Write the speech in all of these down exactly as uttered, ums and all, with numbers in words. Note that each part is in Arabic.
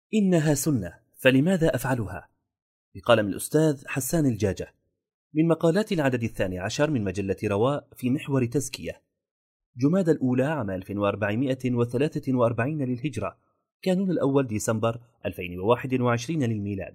إنها سنة فلماذا أفعلها؟ بقلم الأستاذ حسان الجاجة، من مقالات العدد الثاني عشر من مجلة رواء في محور تزكية، جمادى الأولى عام ألف وأربعمائة وثلاثة وأربعين للهجرة، كانون الأول ديسمبر ألفين وواحد وعشرين للميلاد.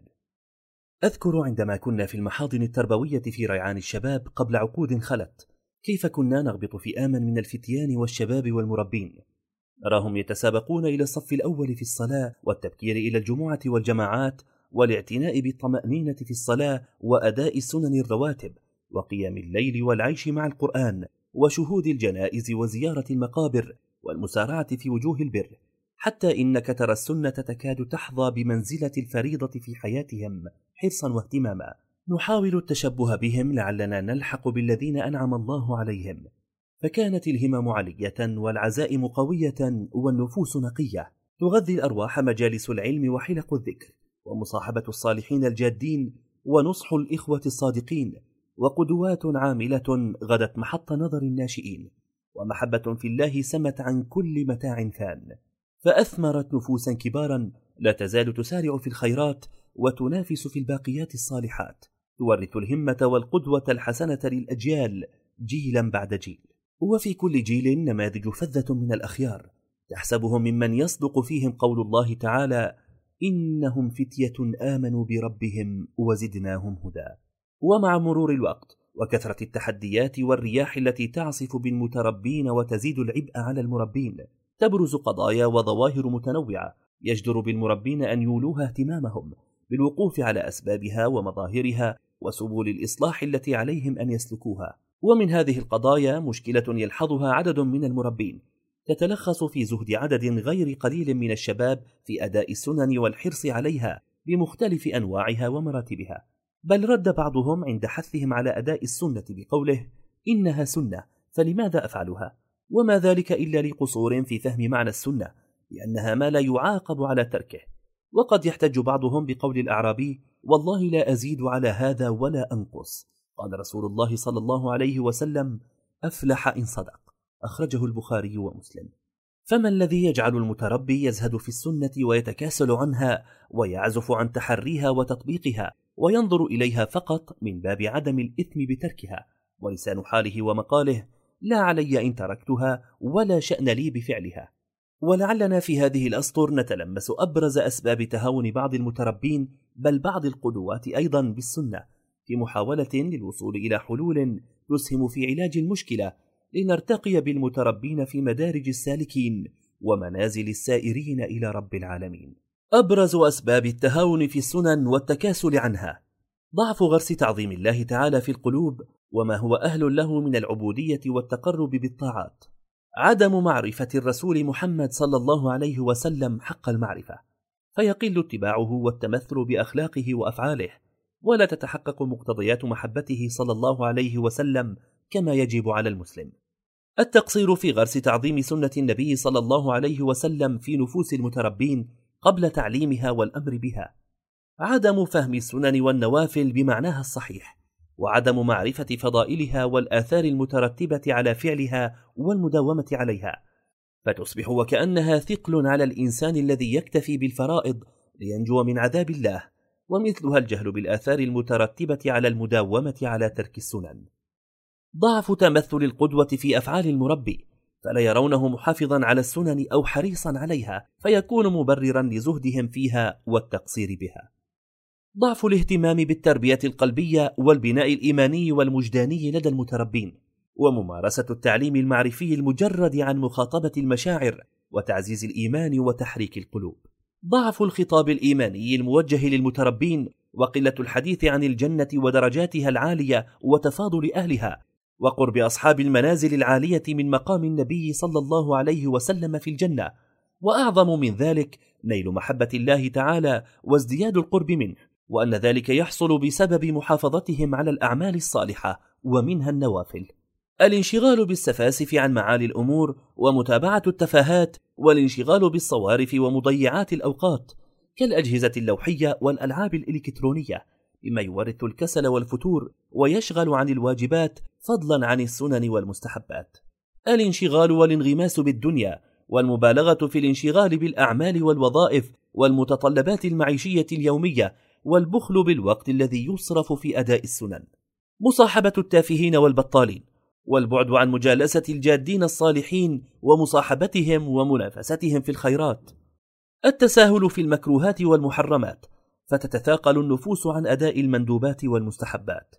أذكر عندما كنا في المحاضن التربوية في ريعان الشباب قبل عقود خلت، كيف كنا نغبط في آمن من الفتيان والشباب والمربين، نراهم يتسابقون إلى الصف الأول في الصلاة والتبكير إلى الجمعة والجماعات والاعتناء بالطمأنينة في الصلاة وأداء السنن الرواتب وقيام الليل والعيش مع القرآن وشهود الجنائز وزيارة المقابر والمسارعة في وجوه البر، حتى إنك ترى السنة تكاد تحظى بمنزلة الفريضة في حياتهم حرصا واهتماما. نحاول التشبه بهم لعلنا نلحق بالذين أنعم الله عليهم، فكانت الهمم علية والعزائم قوية والنفوس نقية، تغذي الأرواح مجالس العلم وحلق الذكر ومصاحبة الصالحين الجادين ونصح الإخوة الصادقين وقدوات عاملة غدت محط نظر الناشئين، ومحبة في الله سمت عن كل متاع فان، فأثمرت نفوسا كبارا لا تزال تسارع في الخيرات وتنافس في الباقيات الصالحات، تورث الهمة والقدوة الحسنة للأجيال جيلا بعد جيل. وفي كل جيل نماذج فذة من الأخيار، تحسبهم ممن يصدق فيهم قول الله تعالى: إنهم فتية آمنوا بربهم وزدناهم هدى. ومع مرور الوقت وكثرة التحديات والرياح التي تعصف بالمتربين وتزيد العبء على المربين، تبرز قضايا وظواهر متنوعة يجدر بالمربين أن يولوها اهتمامهم بالوقوف على أسبابها ومظاهرها وسبل الإصلاح التي عليهم أن يسلكوها. ومن هذه القضايا مشكلة يلحظها عدد من المربين تتلخص في زهد عدد غير قليل من الشباب في أداء السنن والحرص عليها بمختلف أنواعها ومراتبها، بل رد بعضهم عند حثهم على أداء السنة بقوله: إنها سنة فلماذا أفعلها؟ وما ذلك إلا لقصور في فهم معنى السنة، لأنها ما لا يعاقب على تركه. وقد يحتج بعضهم بقول الأعرابي: والله لا أزيد على هذا ولا أنقص، قال رسول الله صلى الله عليه وسلم: أفلح إن صدق، أخرجه البخاري ومسلم. فما الذي يجعل المتربي يزهد في السنة ويتكاسل عنها ويعزف عن تحريها وتطبيقها وينظر إليها فقط من باب عدم الإثم بتركها، ولسان حاله ومقاله: لا علي إن تركتها ولا شأن لي بفعلها؟ ولعلنا في هذه الأسطر نتلمس أبرز أسباب تهاون بعض المتربين بل بعض القدوات أيضا بالسنة، في محاولة للوصول إلى حلول تسهم في علاج المشكلة، لنرتقي بالمتربين في مدارج السالكين ومنازل السائرين إلى رب العالمين. أبرز أسباب التهاون في السنن والتكاسل عنها: ضعف غرس تعظيم الله تعالى في القلوب وما هو أهل له من العبودية والتقرب بالطاعات، عدم معرفة الرسول محمد صلى الله عليه وسلم حق المعرفة، فيقل اتباعه والتمثل بأخلاقه وأفعاله، ولا تتحقق مقتضيات محبته صلى الله عليه وسلم كما يجب على المسلم. التقصير في غرس تعظيم سنة النبي صلى الله عليه وسلم في نفوس المتربين قبل تعليمها والأمر بها، عدم فهم السنن والنوافل بمعناها الصحيح، وعدم معرفة فضائلها والآثار المترتبة على فعلها والمداومة عليها، فتصبح وكأنها ثقل على الإنسان الذي يكتفي بالفرائض لينجو من عذاب الله، ومثلها الجهل بالآثار المترتبة على المداومة على ترك السنن. ضعف تمثل القدوة في أفعال المربي، فلا يرونه محافظا على السنن أو حريصا عليها، فيكون مبررا لزهدهم فيها والتقصير بها. ضعف الاهتمام بالتربية القلبية والبناء الإيماني والمجداني لدى المتربين، وممارسة التعليم المعرفي المجرد عن مخاطبة المشاعر وتعزيز الإيمان وتحريك القلوب. ضعف الخطاب الإيماني الموجه للمتربين، وقلة الحديث عن الجنة ودرجاتها العالية وتفاضل أهلها، وقرب أصحاب المنازل العالية من مقام النبي صلى الله عليه وسلم في الجنة، وأعظم من ذلك نيل محبة الله تعالى وازدياد القرب منه، وأن ذلك يحصل بسبب محافظتهم على الأعمال الصالحة ومنها النوافل. الانشغال بالسفاسف عن معالي الأمور ومتابعة التفاهات، والانشغال بالصوارف ومضيعات الأوقات كالأجهزة اللوحية والألعاب الإلكترونية، مما يورث الكسل والفتور ويشغل عن الواجبات فضلا عن السنن والمستحبات. الانشغال والانغماس بالدنيا والمبالغة في الانشغال بالأعمال والوظائف والمتطلبات المعيشية اليومية، والبخل بالوقت الذي يصرف في أداء السنن، مصاحبة التافهين والبطالين، والبعد عن مجالسة الجادين الصالحين ومصاحبتهم ومنافستهم في الخيرات، التساهل في المكروهات والمحرمات فتتثاقل النفوس عن أداء المندوبات والمستحبات،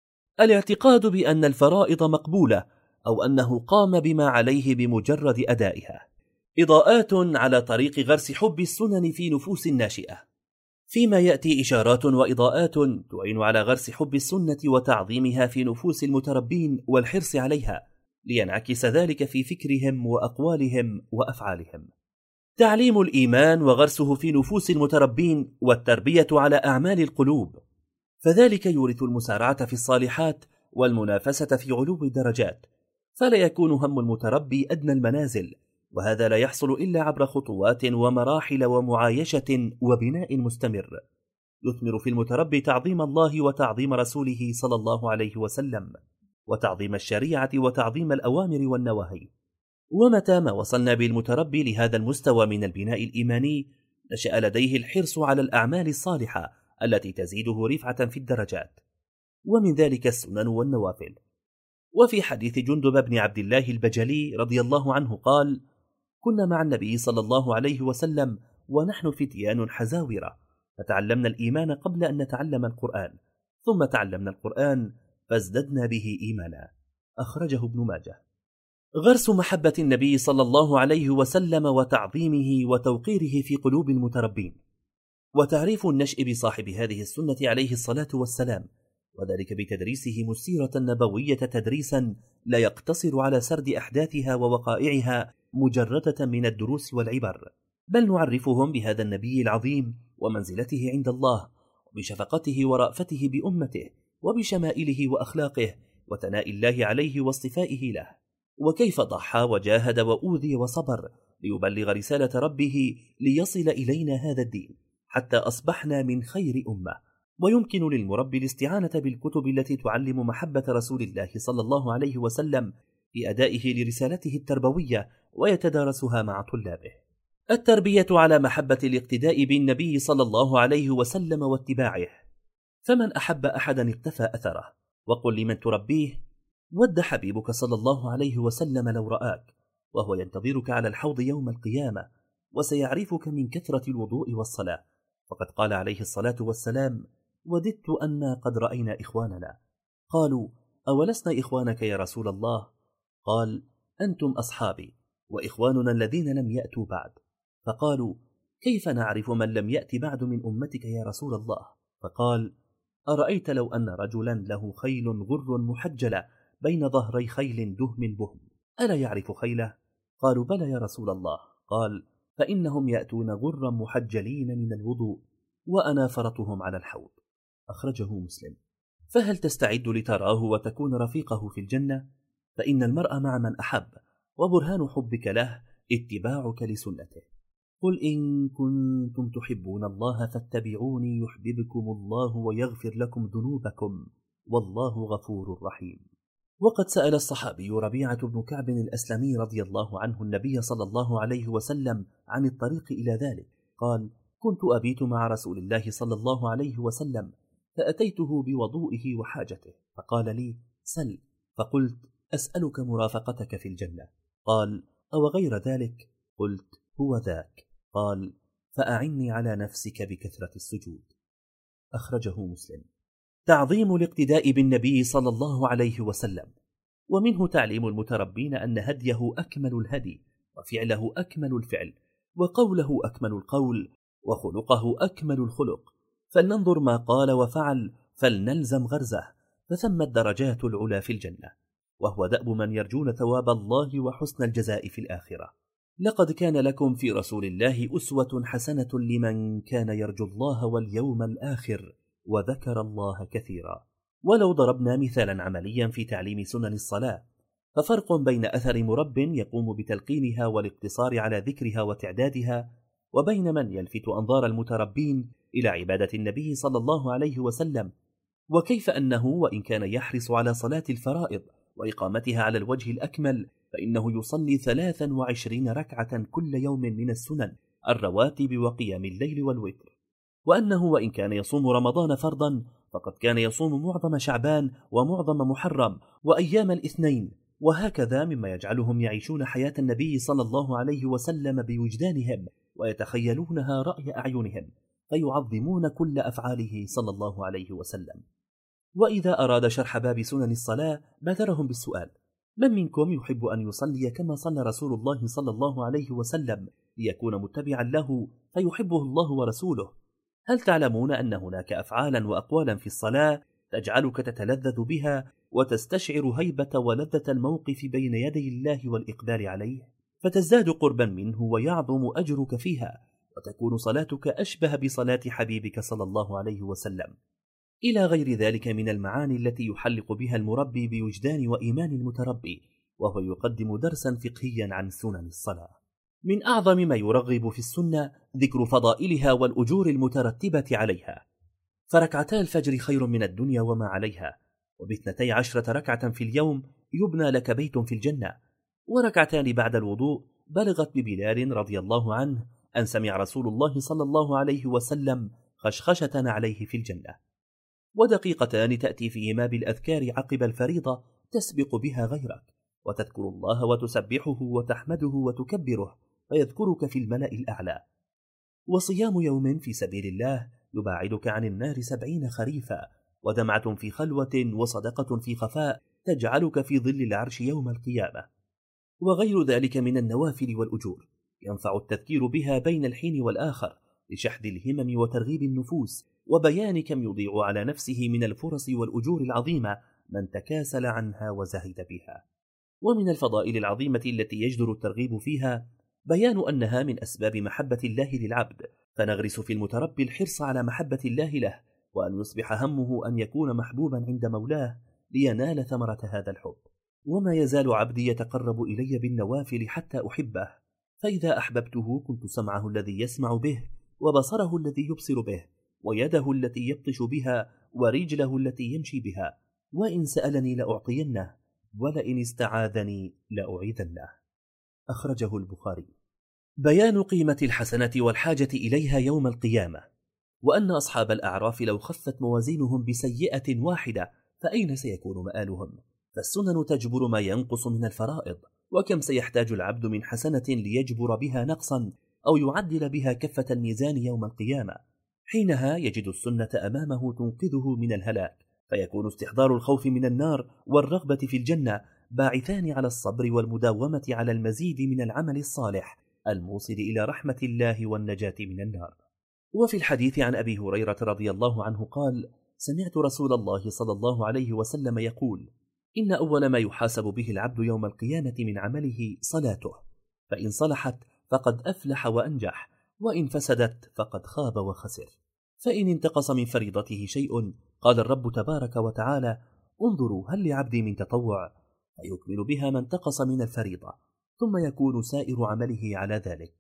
الاعتقاد بأن الفرائض مقبولة أو أنه قام بما عليه بمجرد أدائها، إضاءات على طريق غرس حب السنن في نفوس الناشئة، فيما يأتي إشارات وإضاءات تعين على غرس حب السنة وتعظيمها في نفوس المتربين والحرص عليها، لينعكس ذلك في فكرهم وأقوالهم وأفعالهم. تعليم الإيمان وغرسه في نفوس المتربين والتربية على أعمال القلوب، فذلك يورث المسارعة في الصالحات والمنافسة في علو الدرجات، فلا يكون هم المتربي أدنى المنازل، وهذا لا يحصل إلا عبر خطوات ومراحل ومعايشة وبناء مستمر يثمر في المتربي تعظيم الله وتعظيم رسوله صلى الله عليه وسلم، وتعظيم الشريعة وتعظيم الأوامر والنواهي. ومتى ما وصلنا بالمتربي لهذا المستوى من البناء الإيماني، نشأ لديه الحرص على الأعمال الصالحة التي تزيده رفعة في الدرجات، ومن ذلك السنن والنوافل. وفي حديث جندب بن عبد الله البجلي رضي الله عنه قال: كنا مع النبي صلى الله عليه وسلم ونحن فتيان حزاورة، فتعلمنا الإيمان قبل أن نتعلم القرآن، ثم تعلمنا القرآن فازددنا به إيمانا. أخرجه ابن ماجه. غرس محبة النبي صلى الله عليه وسلم وتعظيمه وتوقيره في قلوب المتربين، وتعريف النشء بصاحب هذه السنة عليه الصلاة والسلام، وذلك بتدريسهم السيرة النبوية تدريسا لا يقتصر على سرد أحداثها ووقائعها مجردة من الدروس والعبر، بل نعرفهم بهذا النبي العظيم ومنزلته عند الله، وبشفقته ورأفته بأمته، وبشمائله وأخلاقه وثناء الله عليه واصطفائه له، وكيف ضحى وجاهد وأوذي وصبر ليبلغ رسالة ربه ليصل إلينا هذا الدين حتى أصبحنا من خير أمة. ويمكن للمربي الاستعانة بالكتب التي تعلم محبة رسول الله صلى الله عليه وسلم في أدائه لرسالته التربوية ويتدارسها مع طلابه. التربية على محبة الاقتداء بالنبي صلى الله عليه وسلم واتباعه، فمن أحب أحدا اقتفى أثره. وقل لمن تربيه: ود حبيبك صلى الله عليه وسلم لو رآك وهو ينتظرك على الحوض يوم القيامة، وسيعرفك من كثرة الوضوء والصلاة، فقد قال عليه الصلاة والسلام: وددت أن قد رأينا إخواننا. قالوا: أولسنا إخوانك يا رسول الله؟ قال: أنتم أصحابي وإخواننا الذين لم يأتوا بعد. فقالوا: كيف نعرف من لم يأت بعد من أمتك يا رسول الله؟ فقال: أرأيت لو أن رجلا له خيل غر محجلة بين ظهري خيل دهم بهم، ألا يعرف خيله؟ قالوا: بلى يا رسول الله. قال: فإنهم يأتون غرا محجلين من الوضوء، وأنا فرطهم على الحوض. أخرجه مسلم. فهل تستعد لتراه وتكون رفيقه في الجنة؟ فإن المرء مع من أحب، وبرهان حبك له اتباعك لسنته. قل إن كنتم تحبون الله فاتبعوني يحببكم الله ويغفر لكم ذنوبكم والله غفور رحيم. وقد سأل الصحابي ربيعة بن كعب الأسلمي رضي الله عنه النبي صلى الله عليه وسلم عن الطريق إلى ذلك، قال: كنت أبيت مع رسول الله صلى الله عليه وسلم، فأتيته بوضوئه وحاجته، فقال لي: سل. فقلت: أسألك مرافقتك في الجنة. قال: أو غير ذلك؟ قلت: هو ذاك. قال: فأعني على نفسك بكثرة السجود. أخرجه مسلم. تعظيم الاقتداء بالنبي صلى الله عليه وسلم، ومنه تعليم المتربين أن هديه أكمل الهدي، وفعله أكمل الفعل، وقوله أكمل القول، وخلقه أكمل الخلق، فلننظر ما قال وفعل فلنلزم غرزه، فثم الدرجات العلى في الجنة، وهو دأب من يرجون ثواب الله وحسن الجزاء في الآخرة. لقد كان لكم في رسول الله أسوة حسنة لمن كان يرجو الله واليوم الآخر وذكر الله كثيرا. ولو ضربنا مثالا عمليا في تعليم سنن الصلاة، ففرق بين أثر مرب يقوم بتلقينها والاقتصار على ذكرها وتعدادها، وبين من يلفت أنظار المتربين إلى عبادة النبي صلى الله عليه وسلم، وكيف أنه وإن كان يحرص على صلاة الفرائض وإقامتها على الوجه الأكمل، فإنه يصلي ثلاثا وعشرين ركعة كل يوم من السنن، الرواتب وقيام الليل والوتر، وأنه وإن كان يصوم رمضان فرضا فقد كان يصوم معظم شعبان ومعظم محرم وأيام الاثنين، وهكذا مما يجعلهم يعيشون حياة النبي صلى الله عليه وسلم بوجدانهم ويتخيلونها رأي أعينهم، فيعظمون كل أفعاله صلى الله عليه وسلم. وإذا أراد شرح باب سنن الصلاة بادرهم بالسؤال: من منكم يحب أن يصلي كما صلى رسول الله صلى الله عليه وسلم ليكون متبعا له فيحبه الله ورسوله؟ هل تعلمون أن هناك أفعالا وأقوالا في الصلاة تجعلك تتلذذ بها وتستشعر هيبة ولذة الموقف بين يدي الله والإقبال عليه، فتزداد قربا منه ويعظم أجرك فيها، وتكون صلاتك أشبه بصلاة حبيبك صلى الله عليه وسلم، إلى غير ذلك من المعاني التي يحلق بها المربي بوجدان وإيمان المتربي، وهو يقدم درسا فقهيا عن سنن الصلاة. من أعظم ما يرغب في السنة ذكر فضائلها والأجور المترتبة عليها، فركعتا الفجر خير من الدنيا وما عليها، وباثنتي عشرة ركعة في اليوم يبنى لك بيت في الجنة، وركعتان بعد الوضوء بلغت ببلال رضي الله عنه أن سمع رسول الله صلى الله عليه وسلم خشخشة عليه في الجنة، ودقيقتان تأتي فيهما بالأذكار عقب الفريضة تسبق بها غيرك، وتذكر الله وتسبحه وتحمده وتكبره فيذكرك في الملأ الأعلى، وصيام يوم في سبيل الله يباعدك عن النار سبعين خريفا، ودمعة في خلوة وصدقة في خفاء تجعلك في ظل العرش يوم القيامة، وغير ذلك من النوافل والأجور ينفع التذكير بها بين الحين والآخر لشحذ الهمم وترغيب النفوس، وبيان كم يضيع على نفسه من الفرص والأجور العظيمة من تكاسل عنها وزهد بها. ومن الفضائل العظيمة التي يجدر الترغيب فيها بيان أنها من أسباب محبة الله للعبد، فنغرس في المتربي الحرص على محبة الله له، وأن يصبح همه أن يكون محبوبا عند مولاه لينال ثمرة هذا الحب. وما يزال عبدي يتقرب إلي بالنوافل حتى أحبه، فإذا أحببته كنت سمعه الذي يسمع به، وبصره الذي يبصر به، ويده التي يبطش بها، ورجله التي يمشي بها، وإن سألني لأعطينه، ولئن استعاذني لأعيذنه. أخرجه البخاري. بيان قيمة الحسنة والحاجة إليها يوم القيامة، وأن أصحاب الأعراف لو خفت موازينهم بسيئة واحدة فأين سيكون مآلهم؟ فالسنن تجبر ما ينقص من الفرائض، وكم سيحتاج العبد من حسنة ليجبر بها نقصا أو يعدل بها كفة الميزان يوم القيامة. حينها يجد السنة أمامه تنقذه من الهلاك، فيكون استحضار الخوف من النار والرغبة في الجنة باعثان على الصبر والمداومة على المزيد من العمل الصالح الموصل إلى رحمة الله والنجاة من النار. وفي الحديث عن أبي هريرة رضي الله عنه قال: سمعت رسول الله صلى الله عليه وسلم يقول: إن أول ما يحاسب به العبد يوم القيامة من عمله صلاته، فإن صلحت فقد أفلح وأنجح، وإن فسدت فقد خاب وخسر. فإن انتقص من فريضته شيء قال الرب تبارك وتعالى: انظروا هل لعبدي من تطوع، فيكمل بها ما انتقص من الفريضة، ثم يكون سائر عمله على ذلك.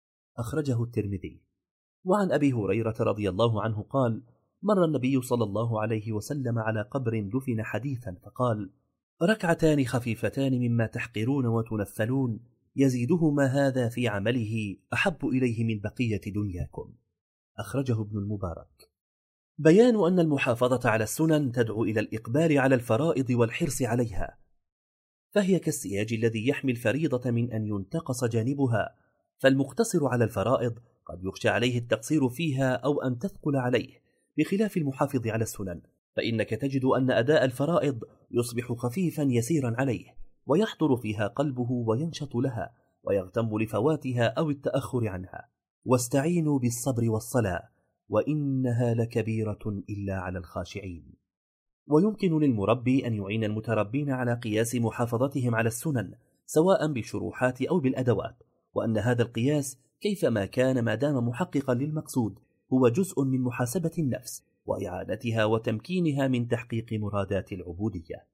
أخرجه الترمذي. وعن أبي هريرة رضي الله عنه قال: مر النبي صلى الله عليه وسلم على قبر دفن حديثا فقال: ركعتان خفيفتان مما تحقرون وتنفلون يزيدهما هذا في عمله أحب إليه من بقية دنياكم. أخرجه ابن المبارك. بيان أن المحافظة على السنن تدعو إلى الإقبال على الفرائض والحرص عليها، فهي كالسياج الذي يحمي الفريضة من أن ينتقص جانبها، فالمقتصر على الفرائض قد يخشى عليه التقصير فيها أو أن تثقل عليه، بخلاف المحافظ على السنن، فإنك تجد أن أداء الفرائض يصبح خفيفا يسيرا عليه، ويحضر فيها قلبه وينشط لها ويغتم لفواتها أو التأخر عنها. واستعينوا بالصبر والصلاة وإنها لكبيرة إلا على الخاشعين. ويمكن للمربي أن يعين المتربين على قياس محافظتهم على السنن سواء بالشروحات أو بالأدوات، وأن هذا القياس كيفما كان ما دام محققا للمقصود هو جزء من محاسبة النفس وإعادتها وتمكينها من تحقيق مرادات العبودية.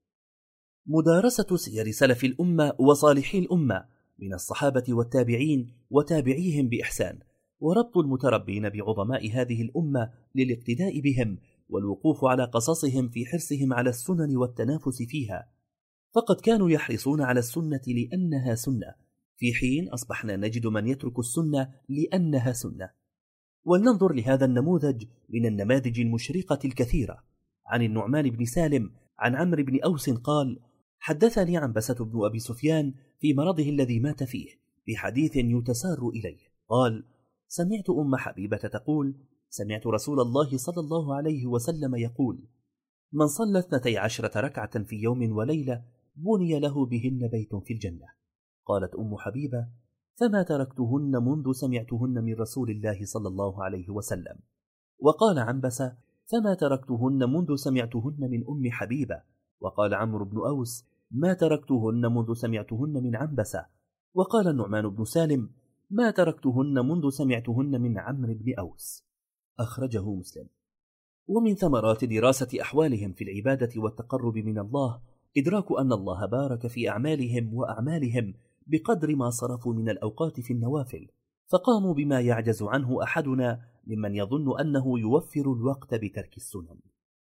مدارسة سير سلف الأمة وصالحي الأمة من الصحابة والتابعين وتابعيهم بإحسان، وربط المتربين بعظماء هذه الأمة للاقتداء بهم، والوقوف على قصصهم في حرصهم على السنن والتنافس فيها، فقد كانوا يحرصون على السنة لأنها سنة، في حين أصبحنا نجد من يترك السنة لأنها سنة. ولننظر لهذا النموذج من النماذج المشرقة الكثيرة. عن النعمان بن سالم عن عمرو بن أوس قال: حدثني عنبسة بن أبي سفيان في مرضه الذي مات فيه بحديث يتسار إليه، قال: سمعت أم حبيبة تقول: سمعت رسول الله صلى الله عليه وسلم يقول: من صلى اثنتي عشرة ركعة في يوم وليلة بني له بهن بيت في الجنة. قالت أم حبيبة: فما تركتهن منذ سمعتهن من رسول الله صلى الله عليه وسلم. وقال عنبسة: فما تركتهن منذ سمعتهن من أم حبيبة. وقال عمرو بن أوس: ما تركتهن منذ سمعتهن من عنبسة. وقال النعمان بن سالم: ما تركتهن منذ سمعتهن من عمرو بن أوس. أخرجه مسلم. ومن ثمرات دراسة أحوالهم في العبادة والتقرب من الله إدراك أن الله بارك في أعمالهم وأعمالهم بقدر ما صرفوا من الأوقات في النوافل، فقاموا بما يعجز عنه أحدنا ممن يظن أنه يوفر الوقت بترك السنن.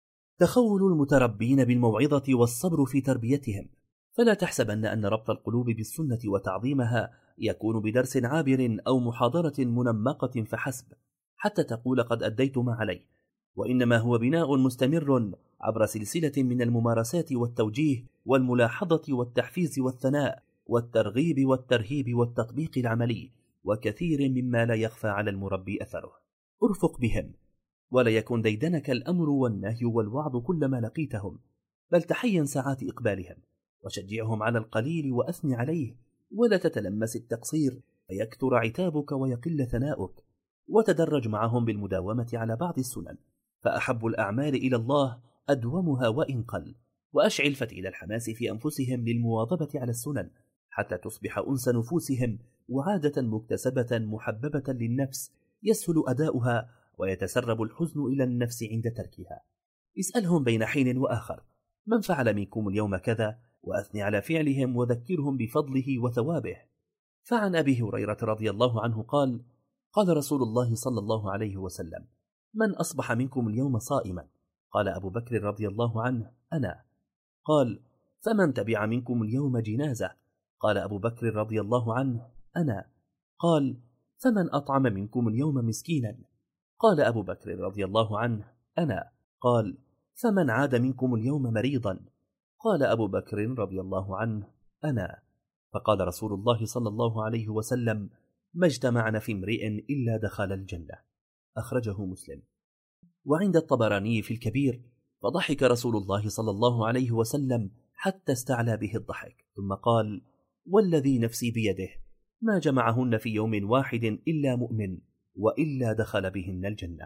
تخول المتربين بالموعظة والصبر في تربيتهم. فلا تحسبن أن ربط القلوب بالسنة وتعظيمها يكون بدرس عابر أو محاضرة منمقة فحسب حتى تقول قد أديت ما علي، وإنما هو بناء مستمر عبر سلسلة من الممارسات والتوجيه والملاحظة والتحفيز والثناء والترغيب والترهيب والتطبيق العملي، وكثير مما لا يخفى على المربي أثره. ارفق بهم، ولا يكن ديدنك الأمر والنهي والوعظ كلما لقيتهم، بل تحين ساعات إقبالهم، وشجعهم على القليل وأثني عليه، ولا تتلمس التقصير فيكثر عتابك ويقل ثناؤك، وتدرج معهم بالمداومة على بعض السنن، فأحب الأعمال إلى الله أدومها وإن قل، وأشعل فتيل الحماس في أنفسهم للمواظبة على السنن حتى تصبح أنس نفوسهم وعادة مكتسبة محببة للنفس يسهل أداؤها ويتسرب الحزن إلى النفس عند تركها. اسألهم بين حين وآخر: من فعل منكم اليوم كذا؟ وأثني على فعلهم وذكرهم بفضله وثوابه. فعن أبي هريرة رضي الله عنه قال: قال رسول الله صلى الله عليه وسلم: من أصبح منكم اليوم صائما؟ قال أبو بكر رضي الله عنه: أنا. قال: فمن تبع منكم اليوم جنازة؟ قال أبو بكر رضي الله عنه: أنا. قال: فمن أطعم منكم اليوم مسكينا؟ قال أبو بكر رضي الله عنه: أنا. قال: فمن عاد منكم اليوم مريضا؟ قال أبو بكر رضي الله عنه: أنا. فقال رسول الله صلى الله عليه وسلم: ما اجتمعنا في امرئ إلا دخل الجنة. أخرجه مسلم. وعند الطبراني في الكبير: فضحك رسول الله صلى الله عليه وسلم حتى استعلى به الضحك، ثم قال: والذي نفسي بيده ما جمعهن في يوم واحد إلا مؤمن، وإلا دخل بهن الجنة.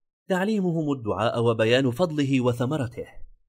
تعليمهم الدعاء وبيان فضله وثمرته،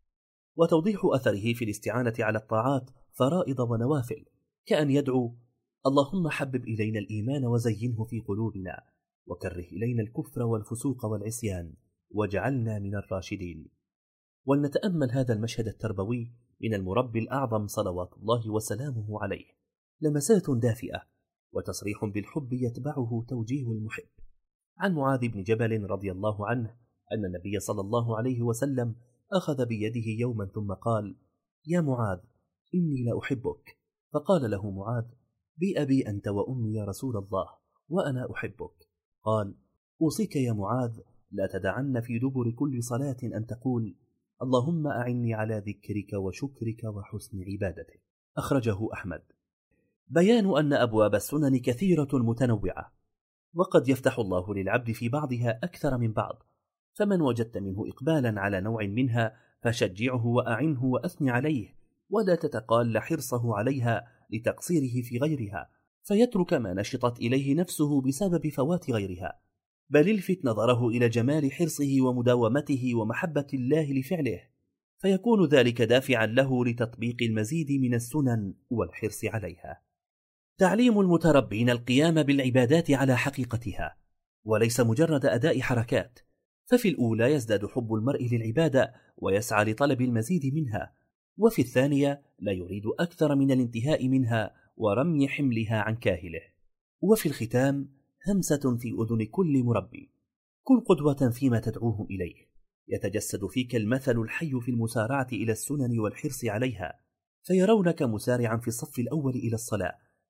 وتوضيح أثره في الاستعانة على الطاعات فرائض ونوافل، كأن يدعو: اللهم حبب إلينا الإيمان وزينه في قلوبنا، وكره إلينا الكفر والفسوق والعصيان، واجعلنا من الراشدين. ولنتأمل هذا المشهد التربوي من المربي الأعظم صلوات الله وسلامه عليه، لمسات دافئة وتصريح بالحب يتبعه توجيه المحب. عن معاذ بن جبل رضي الله عنه أن النبي صلى الله عليه وسلم أخذ بيده يوما ثم قال: يا معاذ إني لأحبك. فقال له معاذ: بأبي أنت وأمي يا رسول الله، وأنا أحبك. قال: أوصيك يا معاذ لا تدعن في دبر كل صلاة أن تقول: اللهم أعني على ذكرك وشكرك وحسن عبادتك. أخرجه أحمد. بيان أن أبواب السنن كثيرة متنوعة، وقد يفتح الله للعبد في بعضها أكثر من بعض، فمن وجدت منه إقبالا على نوع منها فشجعه وأعنه وأثني عليه، ولا تتقال حرصه عليها لتقصيره في غيرها فيترك ما نشطت إليه نفسه بسبب فوات غيرها، بل الفت نظره إلى جمال حرصه ومداومته ومحبة الله لفعله، فيكون ذلك دافعا له لتطبيق المزيد من السنن والحرص عليها. تعليم المتربين القيام بالعبادات على حقيقتها، وليس مجرد أداء حركات، ففي الأولى يزداد حب المرء للعبادة ويسعى لطلب المزيد منها، وفي الثانية لا يريد أكثر من الانتهاء منها ورمي حملها عن كاهله. وفي الختام همسة في أذن كل مربي: كن قدوة فيما تدعوهم إليه، يتجسد فيك المثل الحي في المسارعة إلى السنن والحرص عليها، فيرونك مسارعا في الصف الأول إلى الصلاة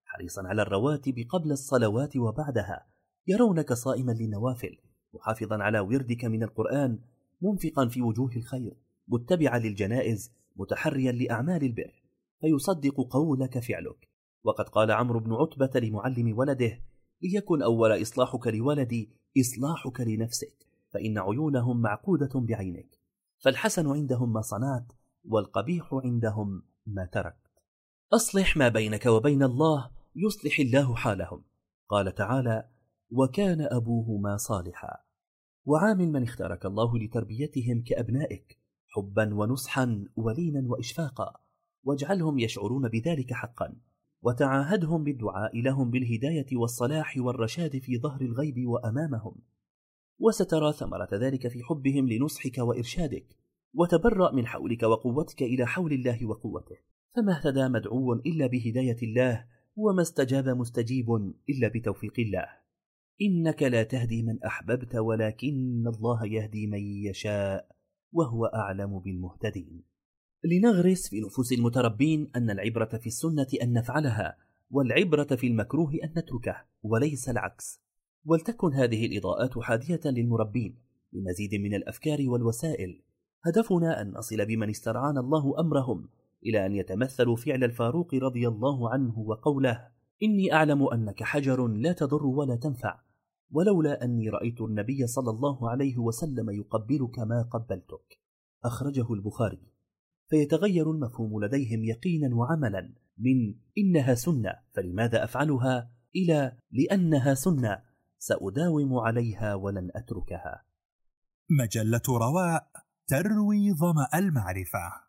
حريصا على الرواتب قبل الصلوات وبعدها، يرونك صائما للنوافل، محافظا على وردك من القرآن، منفقا في وجوه الخير، متبعا للجنائز، متحريا لأعمال البر، فيصدق قولك فعلك. وقد قال عمرو بن عتبة لمعلم ولده: ليكن أول إصلاحك لولدي إصلاحك لنفسك، فإن عيونهم معقودة بعينك، فالحسن عندهم ما صنعت، والقبيح عندهم ما تركت. أصلح ما بينك وبين الله يصلح الله حالهم. قال تعالى: وكان أبوهما صالحا. وعامل من اختارك الله لتربيتهم كأبنائك، حبا ونصحا ولينا وإشفاقا، واجعلهم يشعرون بذلك حقا، وتعاهدهم بالدعاء لهم بالهداية والصلاح والرشاد في ظهر الغيب وأمامهم، وسترى ثمرة ذلك في حبهم لنصحك وإرشادك، وتبرأ من حولك وقوتك إلى حول الله وقوته. فما اهتدى مدعو إلا بهداية الله، وما استجاب مستجيب إلا بتوفيق الله. إنك لا تهدي من أحببت، ولكن الله يهدي من يشاء، وهو أعلم بالمهتدين. لنغرس في نفوس المتربين أن العبرة في السنة أن نفعلها، والعبرة في المكروه أن نتركه، وليس العكس. ولتكن هذه الإضاءات حادية للمربين بمزيد من الأفكار والوسائل. هدفنا أن نصل بمن استرعانا الله أمرهم إلى أن يتمثلوا فعل الفاروق رضي الله عنه وقوله: إني أعلم أنك حجر لا تضر ولا تنفع، ولولا أني رأيت النبي صلى الله عليه وسلم يقبلك ما قبلتك. أخرجه البخاري. فيتغير المفهوم لديهم يقينا وعملا من إنها سنة فلماذا أفعلها إلى لأنها سنة سأداوم عليها ولن أتركها. مجلة رواء تروي ظمأ المعرفة.